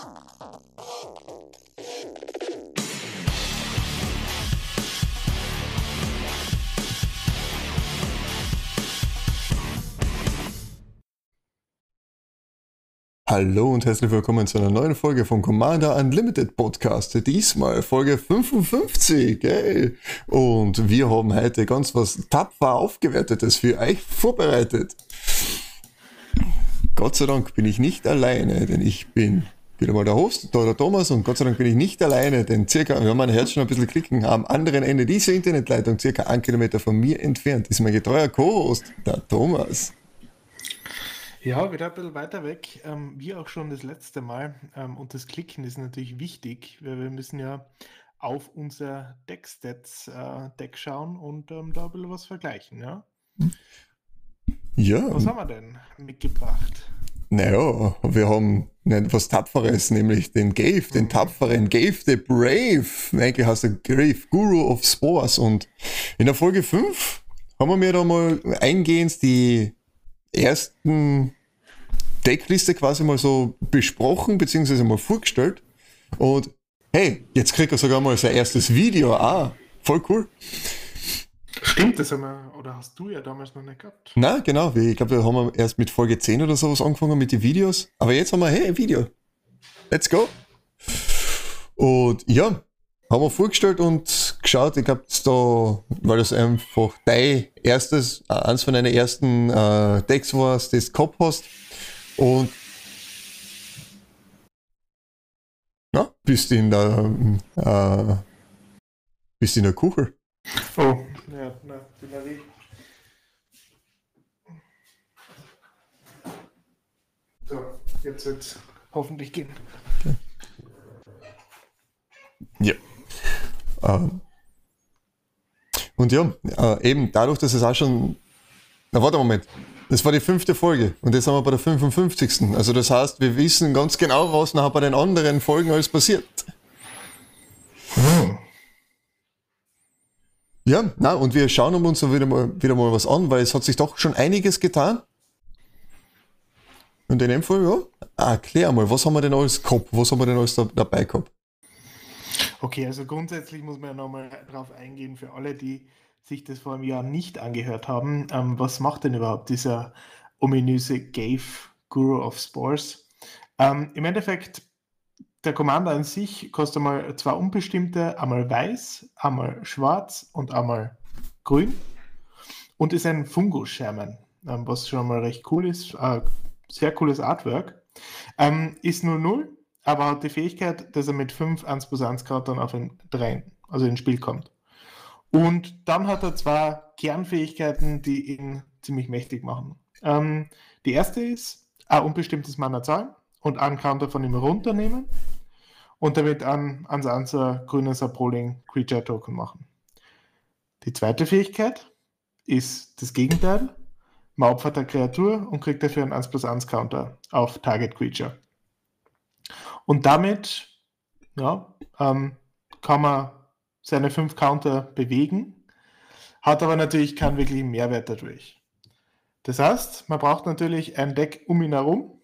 Hallo und herzlich willkommen zu einer neuen Folge vom Commander Unlimited Podcast. Diesmal Folge 55, ey. Und wir haben heute ganz was tapfer Aufgewertetes für euch vorbereitet. Gott sei Dank bin ich nicht alleine, denn ich bin wieder mal der Host, da der Thomas, und Gott sei Dank bin ich nicht alleine, denn wir haben mein Herz schon ein bisschen klicken, am anderen Ende dieser Internetleitung, circa 1 Kilometer von mir entfernt, ist mein getreuer Co-Host, der Thomas. Ja, wieder ein bisschen weiter weg, wie auch schon das letzte Mal. Und das Klicken ist natürlich wichtig, weil wir müssen ja auf unser Deck-Stats-Deck schauen und da ein bisschen was vergleichen. Ja? Ja. Was haben wir denn mitgebracht? Naja, wir haben was Tapferes, nämlich den Gave, den tapferen Gave the Brave. Eigentlich heißt er Grave, Guru of Spores. Und in der Folge 5 haben wir da mal eingehend die ersten Deckliste quasi mal so besprochen, beziehungsweise mal vorgestellt. Und hey, jetzt kriegt er sogar mal sein erstes Video. Voll cool. Stimmt, das haben wir, oder hast du ja damals noch nicht gehabt? Na, genau. Ich glaube, wir haben erst mit Folge 10 oder sowas angefangen mit den Videos. Aber jetzt haben wir, hey, Video. Let's go. Und ja, haben wir vorgestellt und geschaut. Ich glaube, da, weil das einfach dein erstes, eins von deinen ersten Decks war, das du gehabt hast. Und ja, bist in der Kuchel. Oh, ja, na, bin ja wie. So, jetzt wird es hoffentlich gehen. Okay. Ja. Und ja, eben dadurch, dass es auch schon. Na, warte einen Moment. Das war die 5. Folge und jetzt sind wir bei der 55. Also das heißt, wir wissen ganz genau, was nachher bei den anderen Folgen alles passiert. Ja, na, und wir schauen uns wieder mal was an, weil es hat sich doch schon einiges getan. Und in dem Fall, ja, erklär mal, was haben wir denn alles gehabt? Was haben wir denn alles dabei gehabt? Okay, also grundsätzlich muss man ja nochmal drauf eingehen für alle, die sich das vor einem Jahr nicht angehört haben. Was macht denn überhaupt dieser ominöse Gave Guru of Spores? Im Endeffekt, der Commander an sich kostet einmal 2 unbestimmte, einmal weiß, einmal schwarz und einmal grün und ist ein Fungus-Shaman, was schon mal recht cool ist. Sehr cooles Artwork. Ist 0-0, aber hat die Fähigkeit, dass er mit 5 1+1 Karten auf ein 3, also ins Spiel kommt. Und dann hat er 2 Kernfähigkeiten, die ihn ziemlich mächtig machen. Die erste ist, ein unbestimmtes Mana zahlen und einen Counter von ihm runternehmen und damit ans Answer grünes Appalling Creature Token machen. Die zweite Fähigkeit ist das Gegenteil. Man opfert eine Kreatur und kriegt dafür einen 1+1 Counter auf Target Creature. Und damit kann man seine 5 Counter bewegen, hat aber natürlich keinen wirklichen Mehrwert dadurch. Das heißt, man braucht natürlich ein Deck um ihn herum,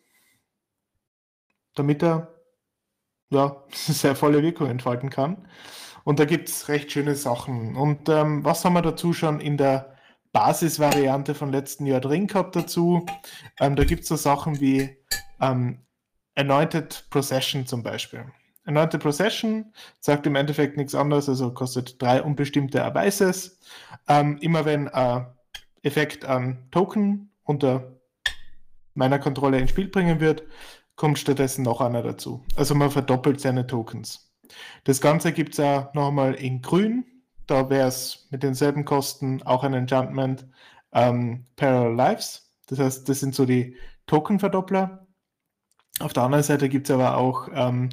damit er sehr volle Wirkung entfalten kann. Und da gibt es recht schöne Sachen. Und was haben wir dazu schon in der Basisvariante von letzten Jahr drin gehabt dazu? Da gibt es so Sachen wie Anointed Procession zum Beispiel. Anointed Procession sagt im Endeffekt nichts anderes, also kostet 3 unbestimmte Weißes. Immer wenn ein Effekt an Token unter meiner Kontrolle ins Spiel bringen wird, kommt stattdessen noch einer dazu. Also man verdoppelt seine Tokens. Das Ganze gibt es auch nochmal in grün. Da wäre es mit denselben Kosten auch ein Enchantment Parallel Lives. Das heißt, das sind so die Token-Verdoppler. Auf der anderen Seite gibt es aber auch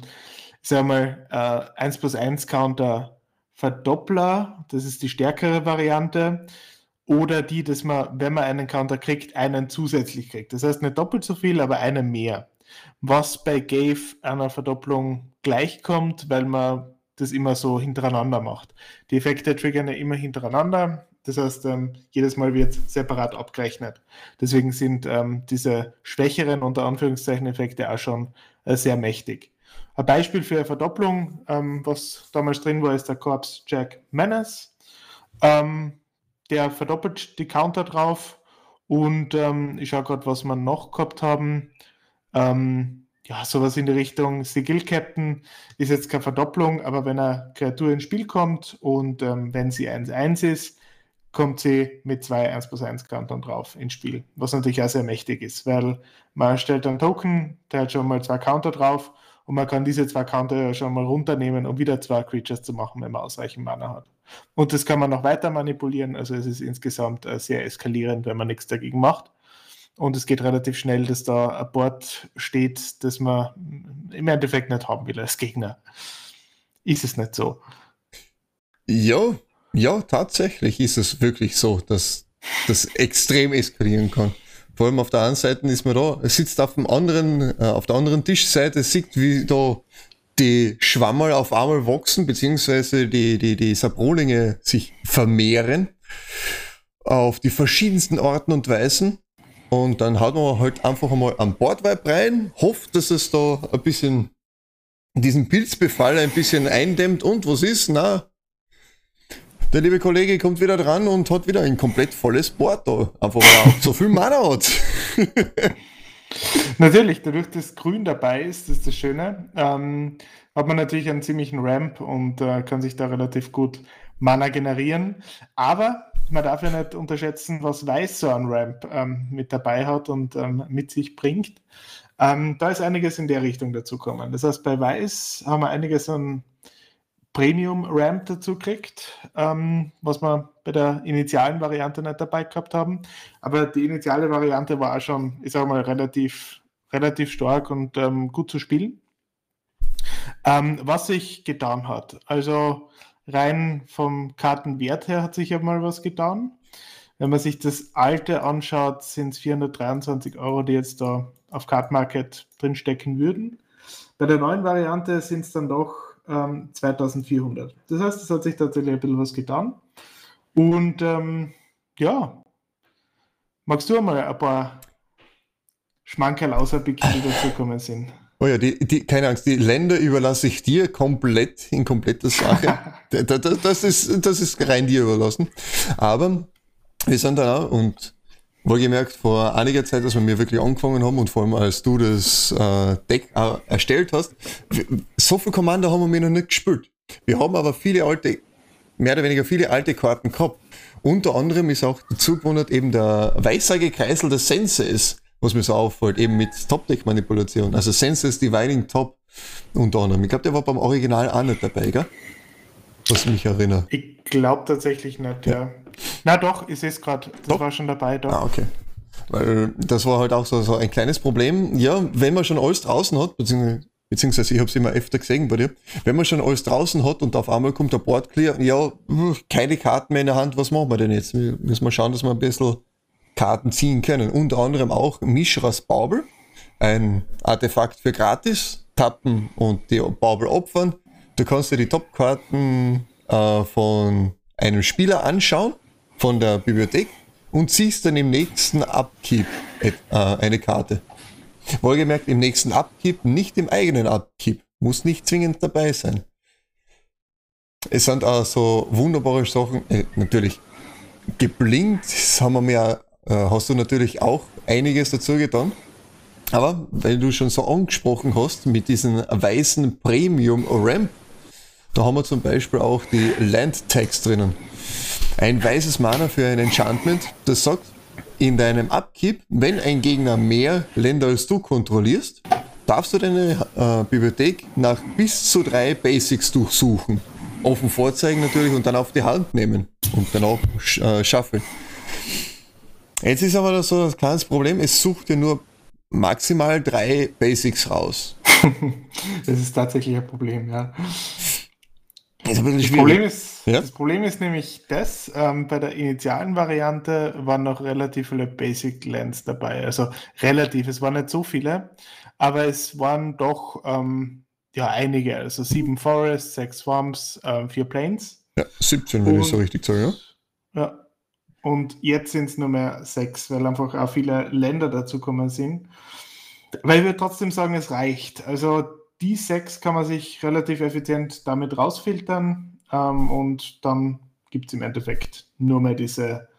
1+1 Counter Verdoppler. Das ist die stärkere Variante. Oder die, dass man, wenn man einen Counter kriegt, einen zusätzlich kriegt. Das heißt nicht doppelt so viel, aber einen mehr. Was bei Gave einer Verdopplung gleichkommt, weil man das immer so hintereinander macht. Die Effekte triggern ja immer hintereinander. Das heißt, jedes Mal wird separat abgerechnet. Deswegen sind diese schwächeren, unter Anführungszeichen, Effekte auch schon sehr mächtig. Ein Beispiel für eine Verdopplung, was damals drin war, ist der Corpse Jack Menace. Der verdoppelt die Counter drauf und ich schaue gerade, was wir noch gehabt haben. Ja, sowas in die Richtung Sigil Captain ist jetzt keine Verdopplung, aber wenn eine Kreatur ins Spiel kommt und wenn sie 1/1 ist, kommt sie mit 2 1+1 Countern drauf ins Spiel, was natürlich auch sehr mächtig ist, weil man stellt einen Token, der hat schon mal 2 Counter drauf und man kann diese 2 Counter ja schon mal runternehmen, um wieder 2 Creatures zu machen, wenn man ausreichend Mana hat. Und das kann man noch weiter manipulieren, also es ist insgesamt sehr eskalierend, wenn man nichts dagegen macht. Und es geht relativ schnell, dass da ein Board steht, das man im Endeffekt nicht haben will als Gegner. Ist es nicht so? Ja, ja, tatsächlich ist es wirklich so, dass das extrem eskalieren kann. Vor allem auf der einen Seite ist man da, sitzt auf der anderen Tischseite, sieht, wie da die Schwammerl auf einmal wachsen, beziehungsweise die Sabrolinge sich vermehren auf die verschiedensten Arten und Weisen. Und dann haut man halt einfach einmal am Boardwipe rein, hofft, dass es da ein bisschen diesen Pilzbefall ein bisschen eindämmt und was ist? Na, der liebe Kollege kommt wieder dran und hat wieder ein komplett volles Board da. Einfach weil er auch so viel Mana hat. Natürlich, dadurch, dass Grün dabei ist, das ist das Schöne, hat man natürlich einen ziemlichen Ramp und kann sich da relativ gut Mana generieren. Aber man darf ja nicht unterschätzen, was Weiß so an Ramp mit dabei hat und mit sich bringt. Da ist einiges in der Richtung dazugekommen. Das heißt, bei Weiß haben wir einiges an Premium-Ramp dazu kriegt, was wir bei der initialen Variante nicht dabei gehabt haben. Aber die initiale Variante war auch schon, ich sage mal, relativ stark und gut zu spielen. Was sich getan hat, also rein vom Kartenwert her hat sich ja mal was getan. Wenn man sich das alte anschaut, sind es 423 €, die jetzt da auf Card Market drinstecken würden. Bei der neuen Variante sind es dann doch 2400. Das heißt, es hat sich tatsächlich ein bisschen was getan. Und ja, magst du einmal ein paar Schmankerl außerpicken, die dazugekommen sind? Oh ja, keine Angst, die Länder überlasse ich dir komplett, in kompletter Sache. Das ist rein dir überlassen. Aber wir sind da auch, und wohlgemerkt vor einiger Zeit, dass wir mir wirklich angefangen haben und vor allem als du das Deck erstellt hast, so viel Commander haben wir mir noch nicht gespielt. Wir haben aber mehr oder weniger viele alte Karten gehabt. Unter anderem ist auch dazu gewundert eben der Weissage-Kreisel des Senses, was mir so auffällt, eben mit Top-Deck-Manipulation. Also Senses Divining Top unter anderem. Ich glaube, der war beim Original auch nicht dabei, gell? Was mich erinnert. Ich glaube tatsächlich nicht, ja. Na doch, ich sehe es gerade. Das war schon dabei, doch. Ah, okay. Weil das war halt auch so ein kleines Problem. Ja, wenn man schon alles draußen hat, beziehungsweise ich habe es immer öfter gesehen bei dir, wenn man schon alles draußen hat und auf einmal kommt der Board Clear, ja, keine Karten mehr in der Hand, was machen wir denn jetzt? Müssen wir schauen, dass wir ein bisschen Karten ziehen können. Unter anderem auch Mishras Bauble, ein Artefakt für gratis, tappen und die Bauble opfern. Du kannst dir die Top-Karten von einem Spieler anschauen, von der Bibliothek, und ziehst dann im nächsten Upkeep eine Karte. Wohlgemerkt, im nächsten Upkeep, nicht im eigenen Upkeep. Muss nicht zwingend dabei sein. Es sind auch so wunderbare Sachen, natürlich geblinkt, das haben wir mehr, hast du natürlich auch einiges dazu getan. Aber weil du schon so angesprochen hast, mit diesen weißen Premium Ramp, da haben wir zum Beispiel auch die Land Tags drinnen. Ein weißes Mana für ein Enchantment, das sagt, in deinem Upkeep, wenn ein Gegner mehr Länder als du kontrollierst, darfst du deine Bibliothek nach bis zu 3 Basics durchsuchen. Offen vorzeigen natürlich und dann auf die Hand nehmen und dann auch schaffen. Jetzt ist aber so ein kleines Problem, es sucht ja nur maximal 3 Basics raus. Das ist tatsächlich ein Problem, ja. Ist ein bisschen schwierig. Das Problem ist nämlich das, bei der initialen Variante waren noch relativ viele Basic Lands dabei. Also relativ, es waren nicht so viele, aber es waren doch einige. Also 7 Forests, 6 Swamps, 4 Plains. Ja, 17, wenn ich so richtig sage, ja. Ja. Und jetzt sind es nur mehr 6, weil einfach auch viele Länder dazu gekommen sind. Weil wir trotzdem sagen, es reicht. Also die 6 kann man sich relativ effizient damit rausfiltern und dann gibt es im Endeffekt nur mehr diese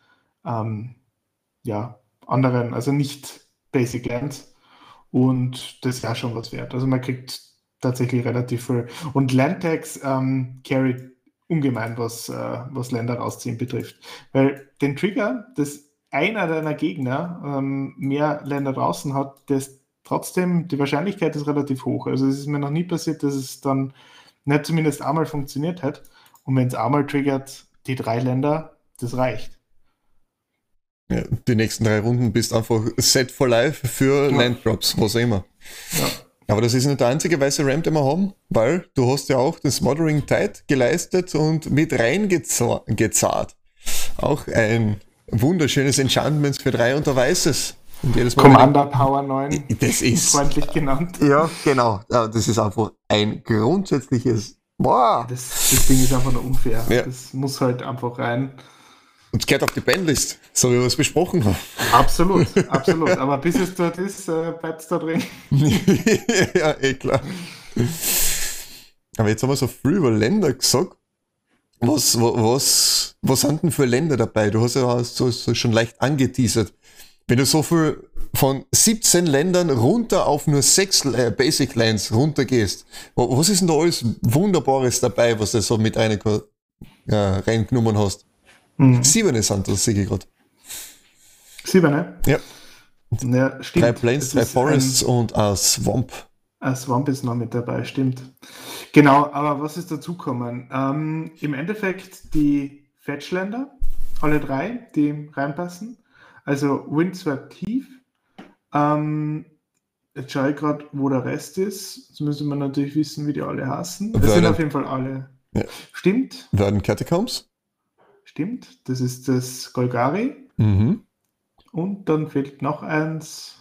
anderen, also nicht Basic Lands. Und das ist ja schon was wert. Also man kriegt tatsächlich relativ viel. Und Landtax carryt ungemein, was Länder rausziehen betrifft. Weil den Trigger, dass einer deiner Gegner mehr Länder draußen hat, das trotzdem, die Wahrscheinlichkeit ist relativ hoch. Also es ist mir noch nie passiert, dass es dann nicht zumindest einmal funktioniert hat. Und wenn es einmal triggert, die 3 Länder, das reicht. Ja, die nächsten 3 Runden bist einfach set for life für Landdrops, was auch immer. Ja. Aber das ist nicht der einzige weiße Ramp, den wir haben, weil du hast ja auch den Smothering Tide geleistet und mit reingezahlt. Auch ein wunderschönes Enchantment für 3 unter Weißes. Und jedes Mal Commander Power 9, das ist freundlich genannt. Ja, genau. Das ist einfach ein grundsätzliches... Boah. Das Ding ist einfach nur unfair. Ja. Das muss halt einfach rein. Und es gehört auf die Bandlist, so wie wir es besprochen haben. Absolut, absolut. Aber bis es dort ist, bleibt es da drin. Ja, klar. Aber jetzt haben wir so früh über Länder gesagt. Was sind denn für Länder dabei? Du hast ja so schon leicht angeteasert. Wenn du so viel von 17 Ländern runter auf nur 6 Basic Lands runtergehst, was ist denn da alles Wunderbares dabei, was du so mit reingenommen hast? 7 sind das, sehe ich gerade. 7, ne? Ja. Ja, stimmt. 3 Plains, 3 Forests und ein Swamp. Ein Swamp ist noch mit dabei, stimmt. Genau, aber was ist dazugekommen? Im Endeffekt die Fetchländer, alle 3, die reinpassen. Also Windswept Heath. Jetzt schaue ich gerade, wo der Rest ist. Jetzt müssen wir natürlich wissen, wie die alle heißen. Es sind auf jeden Fall alle. Ja. Stimmt. Werden Catacombs? Stimmt, das ist das Golgari. Mhm. Und dann fehlt noch eins.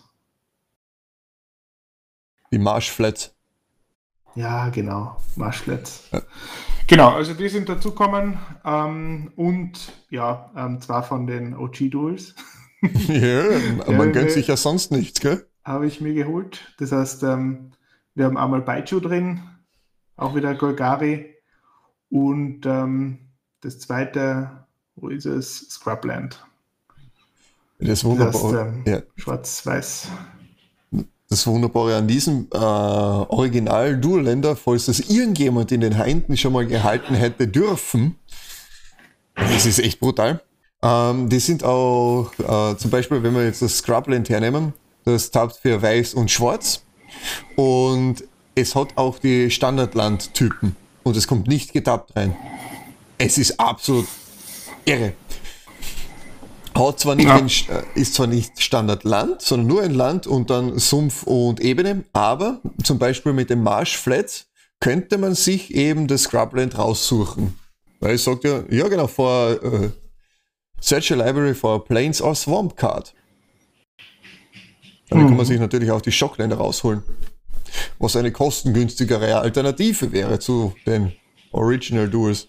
Die Marshflat. Ja, genau, Marshflats. Ja. Genau, also die sind dazugekommen. Und ja, 2 von den OG-Duels. Ja, man gönnt sich ja sonst nichts, gell? Habe ich mir geholt. Das heißt, wir haben einmal Baichu drin, auch wieder Golgari. Und das zweite, wo ist es? Scrubland. Das Wunderbare, das heißt, Schwarz-Weiß. Das Wunderbare an diesem Original Dual-Länder, falls das irgendjemand in den Händen schon mal gehalten hätte dürfen, das ist echt brutal. Die sind auch, zum Beispiel, wenn wir jetzt das Scrubland hernehmen, das tappt für Weiß und Schwarz und es hat auch die Standardland-Typen und es kommt nicht getappt rein. Es ist absolut irre. Hat zwar nicht ist zwar nicht Standardland, sondern nur ein Land und dann Sumpf und Ebene, aber zum Beispiel mit dem Marshflat könnte man sich eben das Scrubland raussuchen. Weil es sagt ja genau, for Search a Library for Plains or Swamp Card. Dann kann man sich natürlich auch die Schockländer rausholen. Was eine kostengünstigere Alternative wäre zu den Original Duels.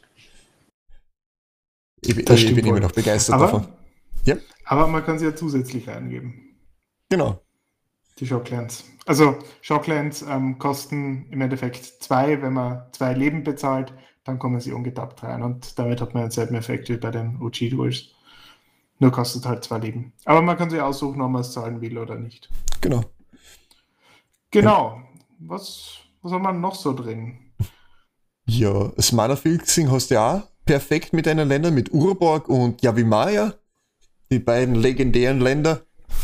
Ich bin immer noch begeistert davon. Ja. Aber man kann sie ja zusätzlich eingeben. Genau. Die Shocklands. Also Shocklands kosten im Endeffekt 2, wenn man 2 Leben bezahlt, dann kommen sie ungetappt rein und damit hat man denselben Effekt wie bei den OG-Duels. Nur kostet halt 2 Leben. Aber man kann sich aussuchen, ob man es zahlen will oder nicht. Genau. Genau. Was haben wir noch so drin? Ja, das Mana-Fixing hast du ja auch perfekt mit deinen Ländern, mit Urborg und Yavimaya. Die beiden legendären Länder.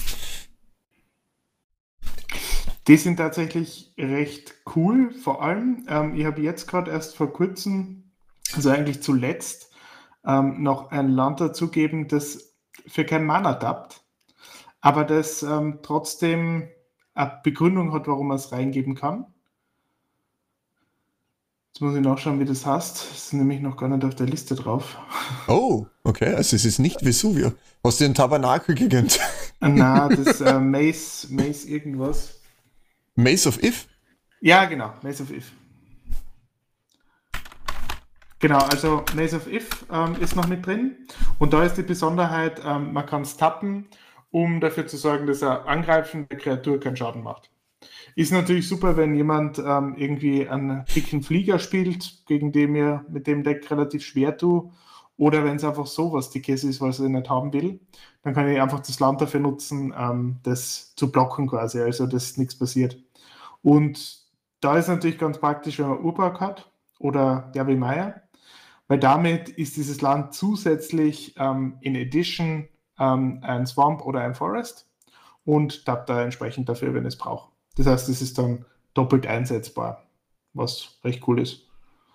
Die sind tatsächlich recht cool. Vor allem, ich habe jetzt gerade erst vor kurzem, also eigentlich zuletzt, noch ein Land dazugeben, das für kein Mana tappt, aber das trotzdem eine Begründung hat, warum man es reingeben kann. Jetzt muss ich nachschauen, wie das heißt. Das ist nämlich noch gar nicht auf der Liste drauf. Oh, okay, also es ist nicht Vesuvio. Hast du den Tabernakel gegönnt? Na, das Maze irgendwas. Maze of If? Ja, genau, Maze of If. Genau, also Maze of If ist noch mit drin. Und da ist die Besonderheit, man kann es tappen, um dafür zu sorgen, dass eine angreifende Kreatur keinen Schaden macht. Ist natürlich super, wenn jemand irgendwie einen dicken Flieger spielt, gegen den ihr mit dem Deck relativ schwer tut. Oder wenn es einfach so was Dickes ist, was er nicht haben will, dann kann ich einfach das Land dafür nutzen, das zu blocken quasi, also dass nichts passiert. Und da ist natürlich ganz praktisch, wenn man Urberg hat oder Derby Meier, weil damit ist dieses Land zusätzlich in Addition ein Swamp oder ein Forest und tappt da entsprechend dafür, wenn es braucht. Das heißt, es ist dann doppelt einsetzbar, was recht cool ist.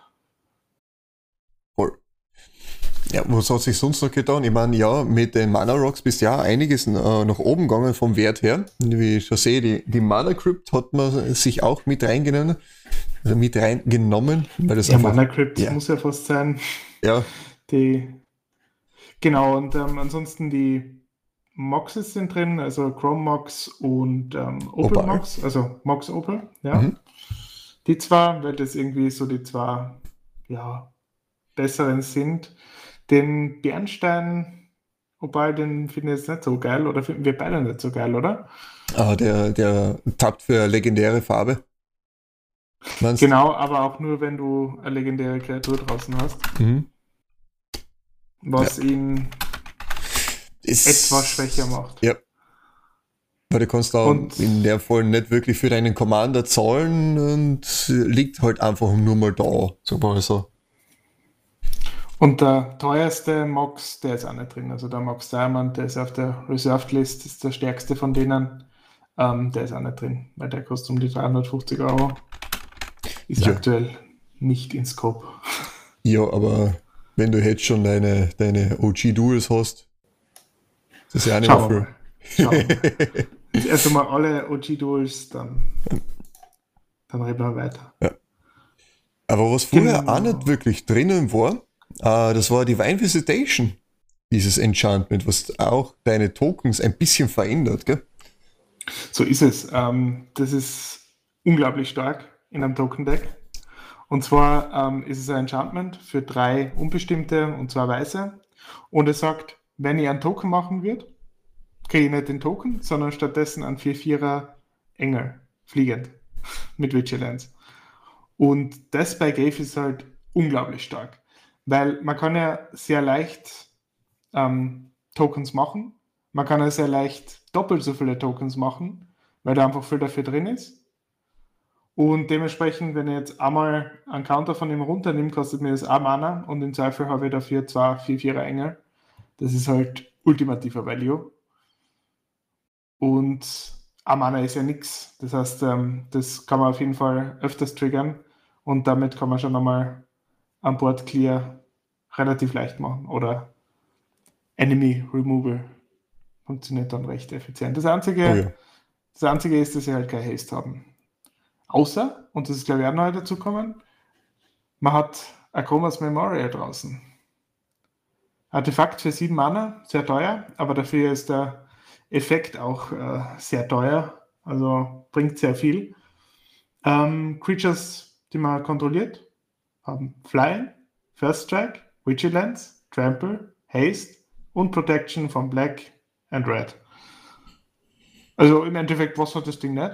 Voll. Ja, was hat sich sonst noch getan? Ich meine, ja, mit den Mana Rocks bist ja einiges nach oben gegangen vom Wert her. Wie ich schon sehe, die Mana Crypt hat man sich auch mit reingenommen. Weil das Ja, einfach, Mana Crypt ja, muss ja fast sein. ja, Genau, und ansonsten die Moxes sind drin, also Chrome Mox und Opal Opal. Mox, also Mox Opal, ja. Mhm. Die zwei, weil das irgendwie so die zwei, ja, besseren sind. Den Bernstein, Opal, den finde ich jetzt nicht so geil, oder finden wir beide nicht so geil, oder? Der tappt für legendäre Farbe. Meinst? Genau, aber auch nur, wenn du eine legendäre Kreatur draußen hast, Mhm. was ihn Ist, etwas schwächer macht. Ja. Weil du kannst da Und in der Fall nicht wirklich für deinen Commander zahlen und liegt halt einfach nur mal da, sagen wir mal so. Und der teuerste Mox, der ist auch nicht drin. Also der Mox Diamond, der ist auf der Reserved List, ist der stärkste von denen. Der ist auch nicht drin, weil der kostet um die 350 Euro. Ist Ja. aktuell nicht in Scope. Ja, aber wenn du jetzt schon deine OG-Duels hast, das ist ja auch nicht mehr Schauen wir viel. mal. Schauen wir mal. Jetzt erst einmal alle OG-Duels, dann reden wir weiter. Ja. Aber was vorher Genau. auch nicht wirklich drinnen war, das war Divine Visitation, dieses Enchantment, was auch deine Tokens ein bisschen verändert, gell? So ist es. Das ist unglaublich stark in einem Token-Deck. Und zwar ist es ein Enchantment für 3 unbestimmte und 2 weiße. Und es sagt, wenn ich einen Token machen würde, kriege ich nicht den Token, sondern stattdessen einen 4/4er Engel, fliegend, mit Vigilance. Und das bei Gave ist halt unglaublich stark, weil man kann ja sehr leicht Tokens machen, man kann ja sehr leicht doppelt so viele Tokens machen, weil da einfach viel dafür drin ist. Und dementsprechend, wenn ich jetzt einmal einen Counter von ihm runternehme, kostet mir das auch Mana und im Zweifel habe ich dafür 2 4/4er Engel. Das ist halt ultimativer Value. Und Mana ist ja nichts. Das heißt, das kann man auf jeden Fall öfters triggern und damit kann man schon einmal an Board Clear relativ leicht machen oder Enemy Removal funktioniert dann recht effizient. Das Einzige ist, dass sie halt kein Haste haben. Außer, und das ist glaube ich auch neu dazu gekommen, man hat Akomas Memorial draußen. Artefakt für 7 Mana, sehr teuer, aber dafür ist der Effekt auch sehr teuer, also bringt sehr viel. Creatures, die man kontrolliert, haben Fly, First Strike, Vigilance, Trample, Haste und Protection von Black and Red. Also im Endeffekt, was hat das Ding nicht?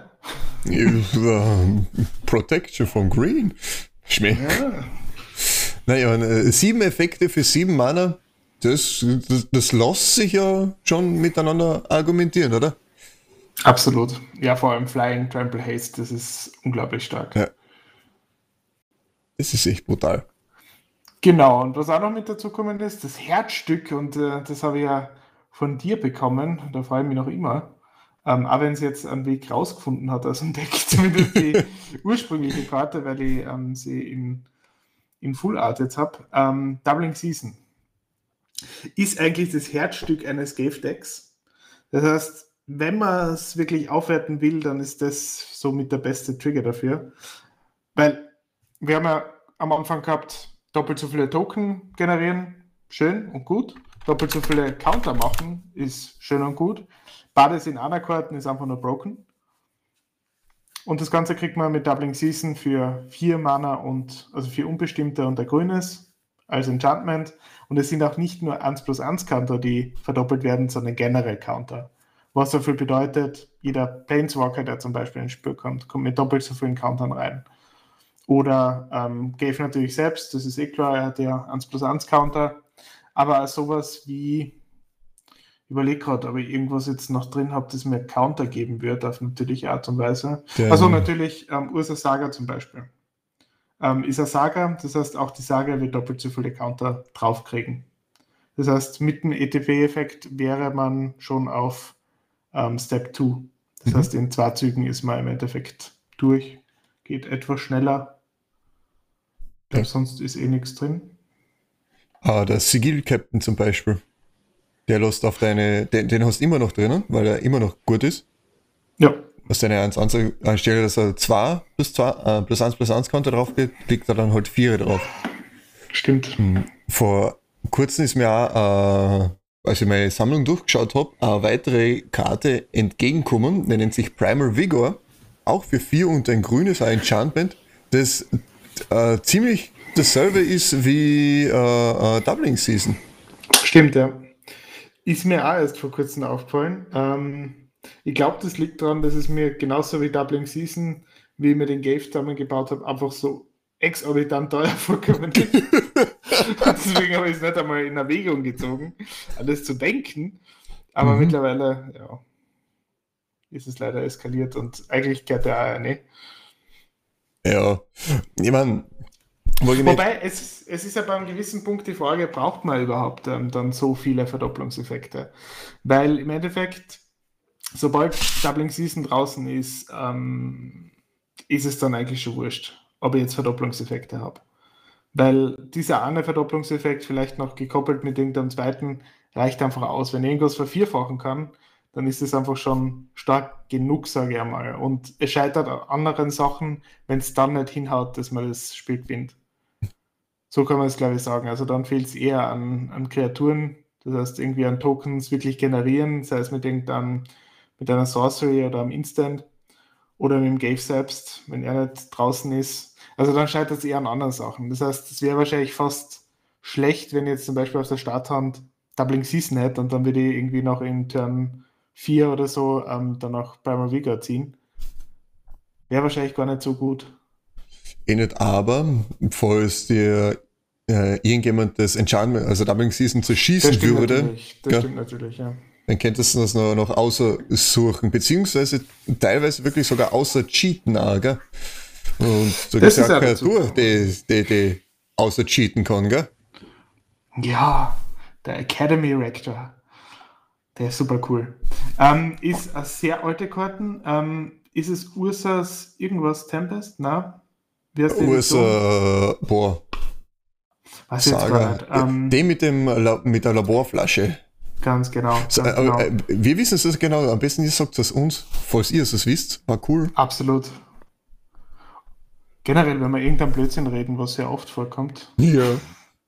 Protection von Green. Schmeckt. Ja. Naja, 7 Effekte für 7 Mana, das lässt sich ja schon miteinander argumentieren, oder? Absolut. Ja, vor allem Flying, Trample, Haste, das ist unglaublich stark. Ja. Das ist echt brutal. Genau, und was auch noch mit dazu gekommen ist, das Herzstück, und das habe ich ja von dir bekommen, da freue ich mich noch immer, auch wenn es jetzt einen Weg rausgefunden hat aus dem Deck, zumindest die ursprüngliche Karte, weil ich sie in Full Art jetzt habe, Doubling Season ist eigentlich das Herzstück eines Gave-Decks. Das heißt, wenn man es wirklich aufwerten will, dann ist das somit der beste Trigger dafür. Weil wir haben ja am Anfang gehabt, doppelt so viele Token generieren, schön und gut. Doppelt so viele Counter machen, ist schön und gut. Beides in einer Karten ist einfach nur broken. Und das Ganze kriegt man mit Doubling Season für 4 Mana und also 4 unbestimmte und ein grünes als Enchantment. Und es sind auch nicht nur 1+1 Counter, die verdoppelt werden, sondern generell Counter. was so viel bedeutet, jeder Planeswalker, der zum Beispiel ins Spiel kommt mit doppelt so vielen Countern rein. Oder Gave natürlich selbst, das ist eh klar, er hat ja 1+1 Counter, aber auch sowas wie, überleg gerade, ob ich irgendwas jetzt noch drin habe, das mir Counter geben wird, auf natürliche Art und Weise. Also natürlich Ursa Saga zum Beispiel. Ist eine Saga, das heißt auch die Saga wird doppelt so viele Counter draufkriegen. Das heißt, mit dem ETB-Effekt wäre man schon auf Step 2. Das heißt, in 2 Zügen ist man im Endeffekt durch. Geht etwas schneller. Ich glaube, sonst ist eh nichts drin. Der Sigill-Captain zum Beispiel. Der lässt auf den hast du immer noch drinnen, weil er immer noch gut ist. Ja. Dass deine 1 anstelle, dass er 2 plus 1 Konter drauf geht, kriegt er dann halt 4 drauf. Stimmt. Vor kurzem ist mir auch, als ich meine Sammlung durchgeschaut habe, eine weitere Karte entgegenkommen, die nennt sich Primal Vigor, auch für 4 und ein grünes Enchantment, das ziemlich dasselbe ist wie Doubling Season. Stimmt, ja. Ist mir auch erst vor kurzem aufgefallen. Ich glaube, das liegt daran, dass es mir genauso wie Doubling Season, wie ich mir den Gave zusammengebaut habe, einfach so exorbitant teuer vorgekommen ist. Deswegen habe ich es nicht einmal in Erwägung gezogen, an das zu denken. Aber mittlerweile, ja, ist es leider eskaliert und eigentlich gehört der auch nicht. Ja, ich meine, wobei, es ist ja bei einem gewissen Punkt die Frage, braucht man überhaupt dann so viele Verdopplungseffekte? Weil im Endeffekt, sobald Doubling Season draußen ist, ist es dann eigentlich schon wurscht, ob ich jetzt Verdopplungseffekte habe. Weil dieser eine Verdopplungseffekt, vielleicht noch gekoppelt mit irgendeinem zweiten, reicht einfach aus. Wenn ich irgendwas vervierfachen kann, dann ist es einfach schon stark genug, sage ich einmal. Und es scheitert an anderen Sachen, wenn es dann nicht hinhaut, dass man das Spiel gewinnt. So kann man es, glaube ich, sagen. Also dann fehlt es eher an Kreaturen, das heißt irgendwie an Tokens wirklich generieren, sei es mit einer Sorcery oder einem Instant oder mit dem Gave selbst, wenn er nicht draußen ist. Also dann scheitert es eher an anderen Sachen. Das heißt, es wäre wahrscheinlich fast schlecht, wenn ich jetzt zum Beispiel auf der Starthand Doubling Season hätte und dann würde ich irgendwie noch in Turn 4 oder so dann auch Primal Vigor ziehen. Wäre wahrscheinlich gar nicht so gut. nicht, aber falls dir irgendjemand das Enchantment, also Doubling Season zerschießen würde, das stimmt natürlich, ja. Dann könntest du das noch aussuchen, beziehungsweise teilweise wirklich sogar außer cheaten auch, gell? Und so gibt es ja Kreatur, die außer cheaten kann, gell? Ja, der Academy Rector. Der ist super cool. Ist eine sehr alte Karten. Ist es Ursas irgendwas Tempest? Na? Wie heißt die Ursa, boah. Was jetzt gar nicht. Den mit der Laborflasche. Ganz genau. Wir wissen es genau. Am besten ihr sagt es uns, falls ihr es wisst. War cool. Absolut. Generell, wenn wir irgendein Blödsinn reden, was sehr oft vorkommt. Ja.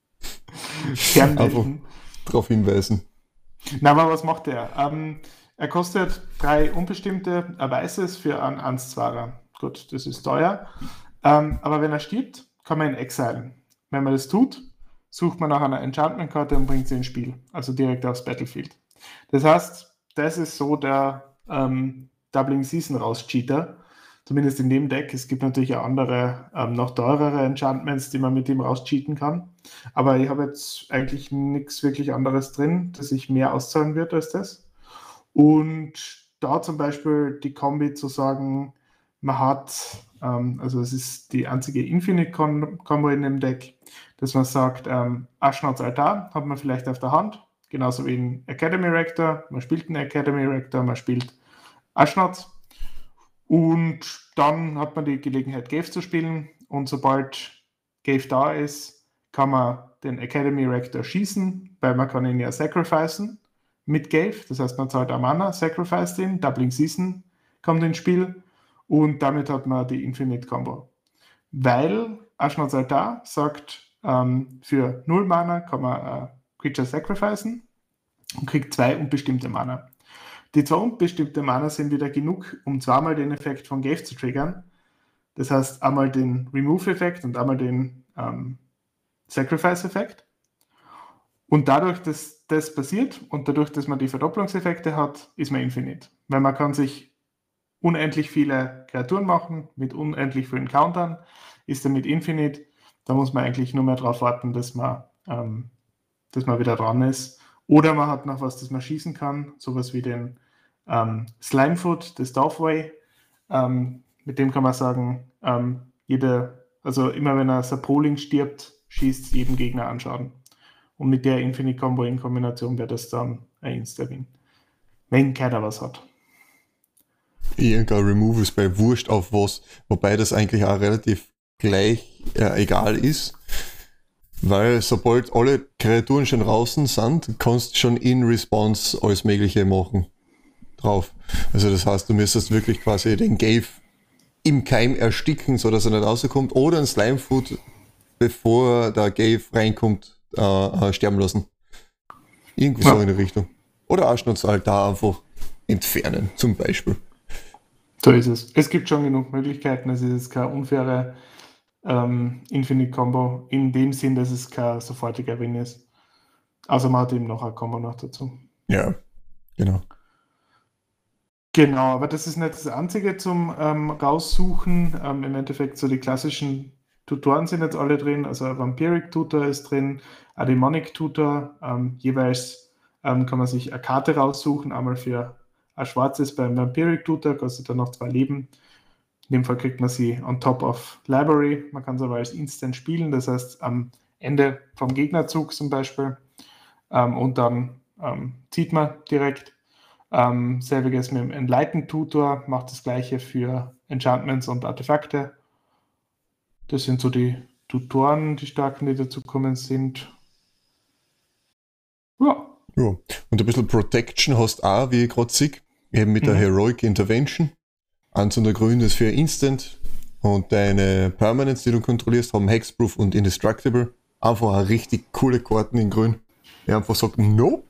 Gern einfach darauf hinweisen. Na, aber was macht er? Er kostet 3 unbestimmte, ein weißes für einen 1-2er. Gut, das ist teuer. Aber wenn er stirbt, kann man ihn exilen. Wenn man das tut, sucht man nach einer Enchantment-Karte und bringt sie ins Spiel. Also direkt aufs Battlefield. Das heißt, das ist so der Doubling Season raus-Cheater. Zumindest in dem Deck. Es gibt natürlich auch andere, noch teurere Enchantments, die man mit ihm rauscheaten kann. Aber ich habe jetzt eigentlich nichts wirklich anderes drin, dass ich mehr auszahlen wird als das. Und da zum Beispiel die Kombi zu sagen, man hat, also es ist die einzige Infinite-Kombo in dem Deck, dass man sagt, Ashnod's Altar hat man vielleicht auf der Hand, genauso wie ein Academy Rector. Man spielt einen Academy Rector, man spielt Ashnod. Und dann hat man die Gelegenheit, Gave zu spielen. Und sobald Gave da ist, kann man den Academy Rector schießen, weil man kann ihn ja sacrificen mit Gave. Das heißt, man zahlt Mana, sacrifice den, Doubling Season kommt ins Spiel und damit hat man die Infinite Combo. Weil Ashnod's Altar sagt, für 0 Mana kann man Creature sacrificen und kriegt 2 unbestimmte Mana. Die 2 unbestimmte Mana sind wieder genug, um zweimal den Effekt von Gave zu triggern. Das heißt, einmal den Remove-Effekt und einmal den Sacrifice-Effekt. Und dadurch, dass das passiert und dadurch, dass man die Verdopplungseffekte hat, ist man Infinite. Weil man kann sich unendlich viele Kreaturen machen mit unendlich vielen Countern, ist damit Infinite. Da muss man eigentlich nur mehr darauf warten, dass man wieder dran ist. Oder man hat noch was, das man schießen kann, sowas wie den Slimefoot, das Dothway. Mit dem kann man sagen, also immer wenn er Sapoling stirbt, schießt jedem Gegner an Schaden. Und mit der Infinite-Combo in Kombination wäre das dann ein Insta-Win. Wenn keiner was hat. Irgendein Remove ist bei wurscht auf was, wobei das eigentlich auch relativ gleich egal ist, weil sobald alle Kreaturen schon draußen sind, kannst du schon in Response alles Mögliche machen drauf. Also das heißt, du müsstest wirklich quasi den Gave im Keim ersticken, sodass er nicht rauskommt, oder ein Slimefoot, bevor der Gave reinkommt, sterben lassen. Irgendwie so in die Richtung. Oder Arschnutzaltar einfach entfernen, zum Beispiel. So ist es. Es gibt schon genug Möglichkeiten. Es ist jetzt keine unfaire Infinite-Combo in dem Sinn, dass es kein sofortiger Win ist. Also man hat eben noch eine Combo noch dazu. Ja, genau. Genau, aber das ist nicht das Einzige zum Raussuchen. Im Endeffekt so die klassischen Tutoren sind jetzt alle drin. Also ein Vampiric Tutor ist drin, ein Demonic Tutor. Jeweils kann man sich eine Karte raussuchen. Einmal für ein schwarzes beim Vampiric Tutor, kostet dann noch 2 Leben. In dem Fall kriegt man sie on top of Library. Man kann sie aber als Instant spielen, das heißt am Ende vom Gegnerzug zum Beispiel. Und dann zieht man direkt. Selbiges mit dem Enlightened Tutor, macht das gleiche für Enchantments und Artefakte. Das sind so die Tutoren, die starken, die dazukommen sind. Ja. Ja. Und ein bisschen Protection hast auch, wie ich gerade sehe, eben mit der Heroic Intervention. Eins und der Grün ist für Instant und deine Permanents, die du kontrollierst, haben Hexproof und Indestructible. Einfach eine richtig coole Karten in Grün. Die einfach sagt, nope.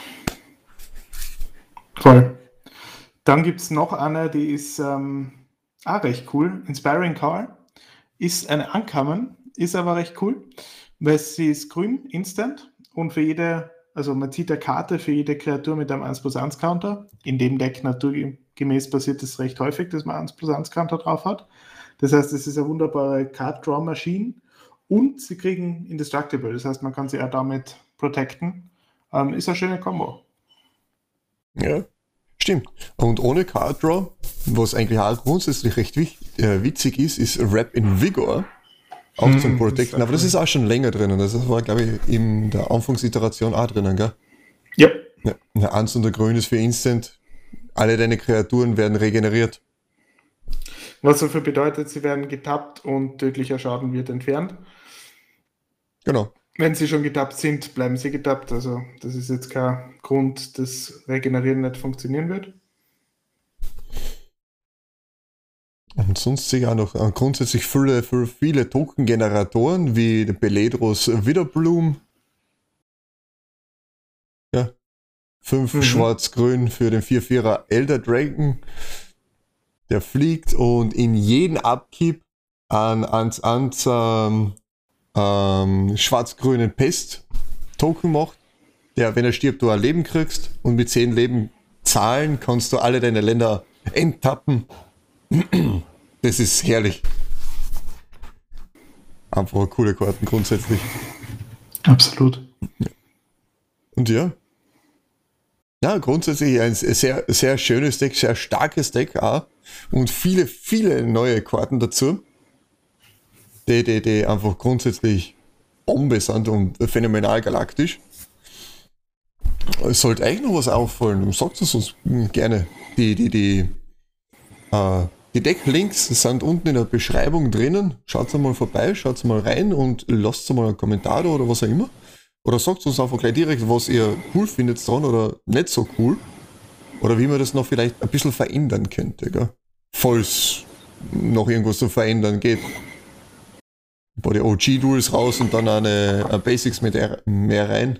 Voll. Dann gibt es noch eine, die ist auch recht cool. Inspiring Call ist eine Uncommon, ist aber recht cool, weil sie ist grün, instant, und für jede, also man zieht eine Karte für jede Kreatur mit einem 1+1 Counter. In dem Deck naturgemäß passiert es recht häufig, dass man 1+1 Counter drauf hat. Das heißt, es ist eine wunderbare Card-Draw-Maschine und sie kriegen Indestructible, das heißt, man kann sie auch damit protecten. Ist eine schöne Kombo. Ja, stimmt. Und ohne Card Draw, was eigentlich auch grundsätzlich recht witzig ist Wrap in Vigor, auch zum Protecten. Aber das ist auch schon länger drinnen. Das war, glaube ich, in der Anfangsiteration auch drinnen, gell? Ja. Ja, 1 und der Grün ist für Instant. Alle deine Kreaturen werden regeneriert. Was dafür bedeutet, sie werden getappt und tödlicher Schaden wird entfernt. Genau. Wenn sie schon getappt sind, bleiben sie getappt. Also das ist jetzt kein Grund, dass Regenerieren nicht funktionieren wird. Und sonst sehe ich auch noch grundsätzlich viele Token-Generatoren, wie der Beledros Witherbloom. Ja. 5 schwarz-grün für den 4/4er Elder Dragon. Der fliegt und in jeden Upkeep an schwarz-grünen Pest-Token macht, der, wenn er stirbt, du ein Leben kriegst, und mit 10 Leben zahlen kannst du alle deine Länder enttappen. Das ist herrlich. Einfach coole Karten grundsätzlich. Absolut. Und ja. Ja, grundsätzlich ein sehr, sehr schönes Deck, sehr starkes Deck auch. Und viele, viele neue Karten dazu. Die einfach grundsätzlich Bombe sind und phänomenal galaktisch. Es sollte euch noch was auffallen, sagt es uns gerne. Die Decklinks sind unten in der Beschreibung drinnen. Schaut mal vorbei, schaut mal rein und lasst mal einen Kommentar da oder was auch immer. Oder sagt uns einfach gleich direkt, was ihr cool findet dran oder nicht so cool. Oder wie man das noch vielleicht ein bisschen verändern könnte, gell? Falls noch irgendwas zu verändern geht. Ein paar die OG-Duels raus und dann eine Basics mit mehr rein.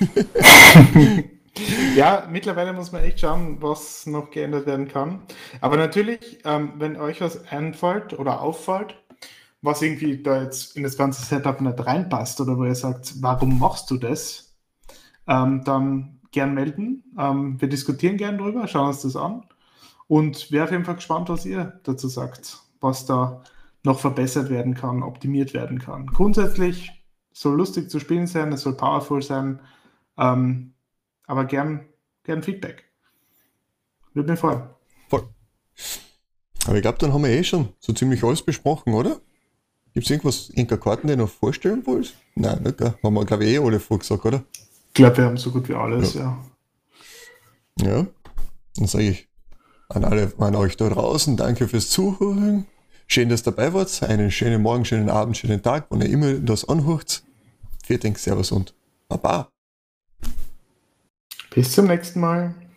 Ja, mittlerweile muss man echt schauen, was noch geändert werden kann. Aber natürlich, wenn euch was einfällt oder auffällt, was irgendwie da jetzt in das ganze Setup nicht reinpasst oder wo ihr sagt, warum machst du das? dann gern melden. Wir diskutieren gern drüber, schauen uns das an und wäre auf jeden Fall gespannt, was ihr dazu sagt, was da noch verbessert werden kann, optimiert werden kann. Grundsätzlich soll lustig zu spielen sein, es soll powerful sein, aber gern Feedback. Würde mich freuen. Voll. Aber ich glaube, dann haben wir eh schon so ziemlich alles besprochen, oder? Gibt es irgendwas, irgendeine Karten, die du noch vorstellen wolltest? Nein, nicht, gell? Haben wir, glaube ich, eh alle vorgesagt, oder? Ich glaube, wir haben so gut wie alles, ja. Ja, dann sage ich an euch da draußen, danke fürs Zuhören. Schön, dass ihr dabei wart. Einen schönen Morgen, schönen Abend, schönen Tag, wann ihr immer das anhört. Vielen Dank, Servus und Baba. Bis zum nächsten Mal.